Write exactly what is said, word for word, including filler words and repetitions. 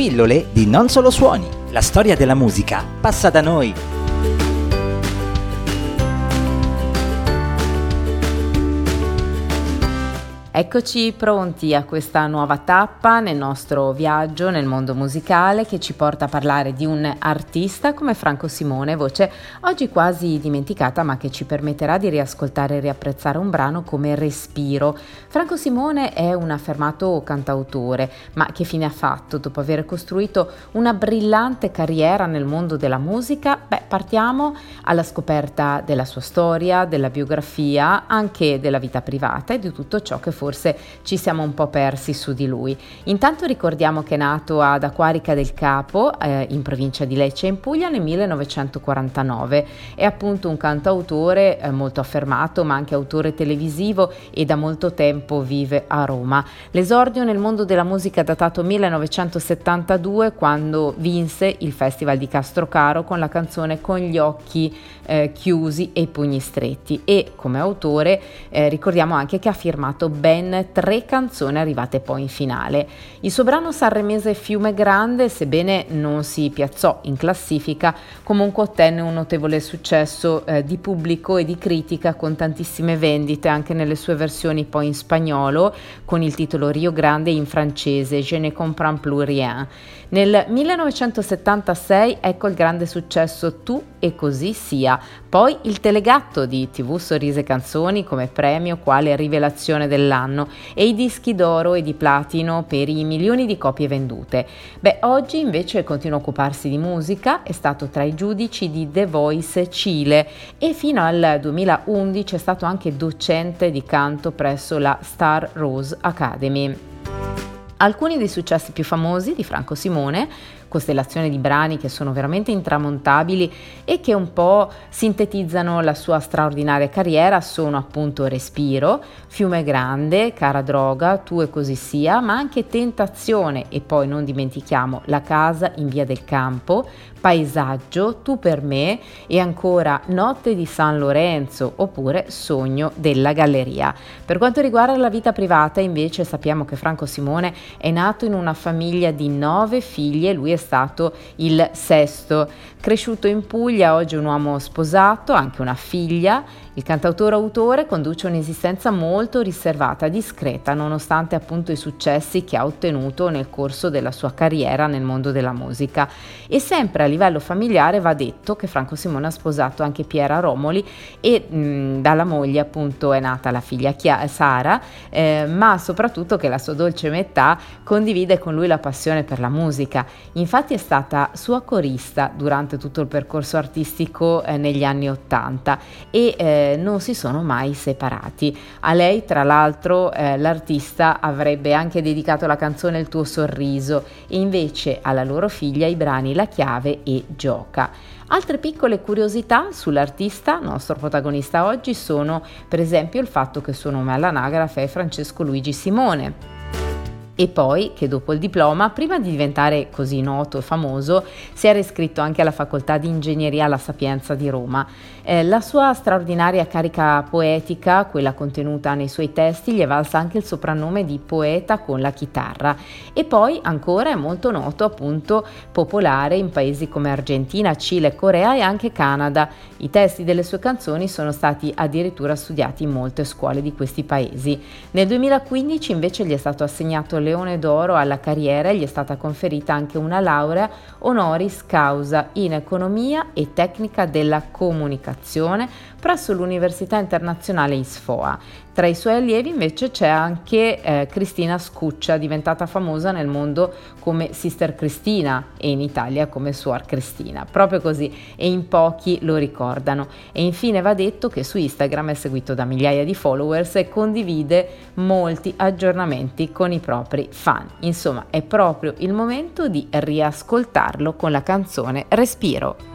pillole di Non Solo Suoni. La storia della musica passa da noi. Eccoci pronti a questa nuova tappa nel nostro viaggio nel mondo musicale che ci porta a parlare di un artista come Franco Simone, voce oggi quasi dimenticata ma che ci permetterà di riascoltare e riapprezzare un brano come Respiro. Franco Simone è un affermato cantautore, ma che fine ha fatto dopo aver costruito una brillante carriera nel mondo della musica? Beh, partiamo alla scoperta della sua storia, della biografia, anche della vita privata e di tutto ciò che forse ci siamo un po' persi su di lui. Intanto ricordiamo che è nato ad Acquarica del Capo, eh, in provincia di Lecce in Puglia nel millenovecentoquarantanove. È appunto un cantautore eh, molto affermato, ma anche autore televisivo e da molto tempo vive a Roma. L'esordio nel mondo della musica è datato millenovecentosettantadue, quando vinse il Festival di Castrocaro con la canzone Con gli occhi eh, chiusi e i pugni stretti, e come autore eh, ricordiamo anche che ha firmato ben tre canzoni arrivate poi in finale. Il suo brano sanremese Fiume Grande, sebbene non si piazzò in classifica, comunque ottenne un notevole successo eh, di pubblico e di critica, con tantissime vendite anche nelle sue versioni poi in spagnolo con il titolo Rio Grande e in francese Je ne comprends plus rien. Nel millenovecentosettantasei ecco il grande successo Tu e così sia, poi il Telegatto di tivù Sorrisi e Canzoni come premio quale rivelazione dell'anno e i dischi d'oro e di platino per i milioni di copie vendute. Beh, oggi invece continua a occuparsi di musica, è stato tra i giudici di The Voice Cile e fino al duemilaundici è stato anche docente di canto presso la Star Rose Academy. Alcuni dei successi più famosi di Franco Simone, costellazione di brani che sono veramente intramontabili e che un po' sintetizzano la sua straordinaria carriera, sono appunto Respiro, Fiume Grande, Cara Droga, Tu e così sia, ma anche Tentazione e poi non dimentichiamo La casa in via del Campo, Paesaggio, Tu per me e ancora Notte di San Lorenzo oppure Sogno della Galleria. Per quanto riguarda la vita privata invece sappiamo che Franco Simone è nato in una famiglia di nove figli e lui è stato il sesto. Cresciuto in Puglia, oggi un uomo sposato, anche una figlia. Il cantautore autore conduce un'esistenza molto riservata, discreta, nonostante appunto i successi che ha ottenuto nel corso della sua carriera nel mondo della musica. E sempre a livello familiare va detto che Franco Simone ha sposato anche Piera Romoli e mh, dalla moglie appunto è nata la figlia Chia- Sara, eh, ma soprattutto che la sua dolce metà condivide con lui la passione per la musica. Infatti è stata sua corista durante tutto il percorso artistico eh, negli anni ottanta e eh, non si sono mai separati. A lei tra l'altro eh, l'artista avrebbe anche dedicato la canzone Il tuo sorriso e invece alla loro figlia i brani La chiave e Gioca. Altre piccole curiosità sull'artista, nostro protagonista oggi, sono per esempio il fatto che suo nome all'anagrafe è Francesco Luigi Simone. E poi che dopo il diploma, prima di diventare così noto e famoso, si era iscritto anche alla facoltà di ingegneria alla Sapienza di Roma. Eh, la sua straordinaria carica poetica, quella contenuta nei suoi testi, gli è valsa anche il soprannome di poeta con la chitarra. E poi ancora è molto noto, appunto, popolare in paesi come Argentina, Cile, Corea e anche Canada. I testi delle sue canzoni sono stati addirittura studiati in molte scuole di questi paesi. Nel duemilaquindici invece gli è stato assegnato il Leone d'Oro alla carriera e gli è stata conferita anche una laurea honoris causa in economia e tecnica della comunicazione presso l'Università Internazionale ISFOA. Tra i suoi allievi invece c'è anche eh, Cristina Scuccia, diventata famosa nel mondo come Sister Cristina e in Italia come Suor Cristina, proprio così, e in pochi lo ricordano. E infine va detto che su Instagram è seguito da migliaia di followers e condivide molti aggiornamenti con i propri fan. Insomma, è proprio il momento di riascoltarlo con la canzone Respiro.